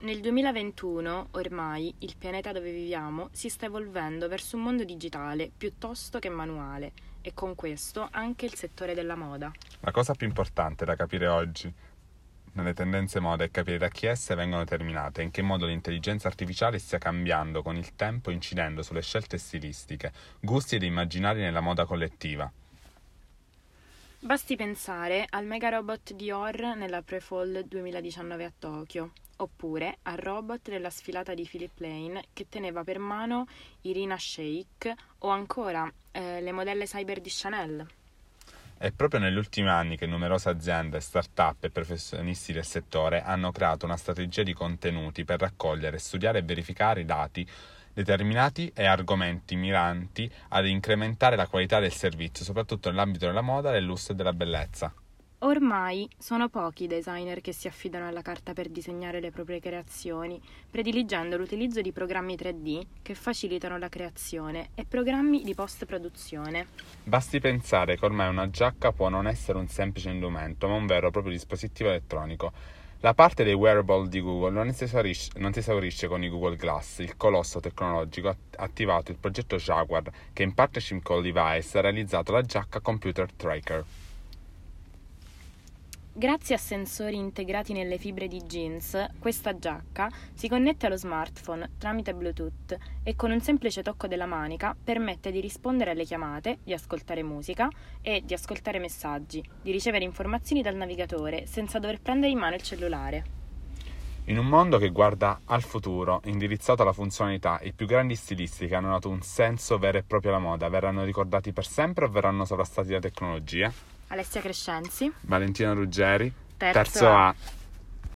Nel 2021, ormai, il pianeta dove viviamo si sta evolvendo verso un mondo digitale piuttosto che manuale e con questo anche il settore della moda. La cosa più importante da capire oggi nelle tendenze moda è capire da chi esse vengono determinate e in che modo l'intelligenza artificiale stia cambiando con il tempo, incidendo sulle scelte stilistiche, gusti ed immaginari nella moda collettiva. Basti pensare al mega robot Dior nella Pre-Fall 2019 a Tokyo, oppure al robot della sfilata di Philip Lane che teneva per mano Irina Shayk o ancora le modelle cyber di Chanel. È proprio negli ultimi anni che numerose aziende, start-up e professionisti del settore hanno creato una strategia di contenuti per raccogliere, studiare e verificare i dati determinati e argomenti miranti ad incrementare la qualità del servizio, soprattutto nell'ambito della moda, del lusso e della bellezza. Ormai sono pochi i designer che si affidano alla carta per disegnare le proprie creazioni, prediligendo l'utilizzo di programmi 3D che facilitano la creazione e programmi di post-produzione. Basti pensare che ormai una giacca può non essere un semplice indumento, ma un vero e proprio dispositivo elettronico. La parte dei wearable di Google non si esaurisce con i Google Glass, il colosso tecnologico ha attivato il progetto Jaguar, che in partnership con Levi's ha realizzato la giacca Computer Tracker. Grazie a sensori integrati nelle fibre di jeans, questa giacca si connette allo smartphone tramite Bluetooth e con un semplice tocco della manica permette di rispondere alle chiamate, di ascoltare musica e di ascoltare messaggi, di ricevere informazioni dal navigatore senza dover prendere in mano il cellulare. In un mondo che guarda al futuro, indirizzato alla funzionalità, i più grandi stilisti che hanno dato un senso vero e proprio alla moda verranno ricordati per sempre o verranno sovrastati da tecnologie? Alessia Crescenzi, Valentina Ruggeri, Terzo terzo A. A.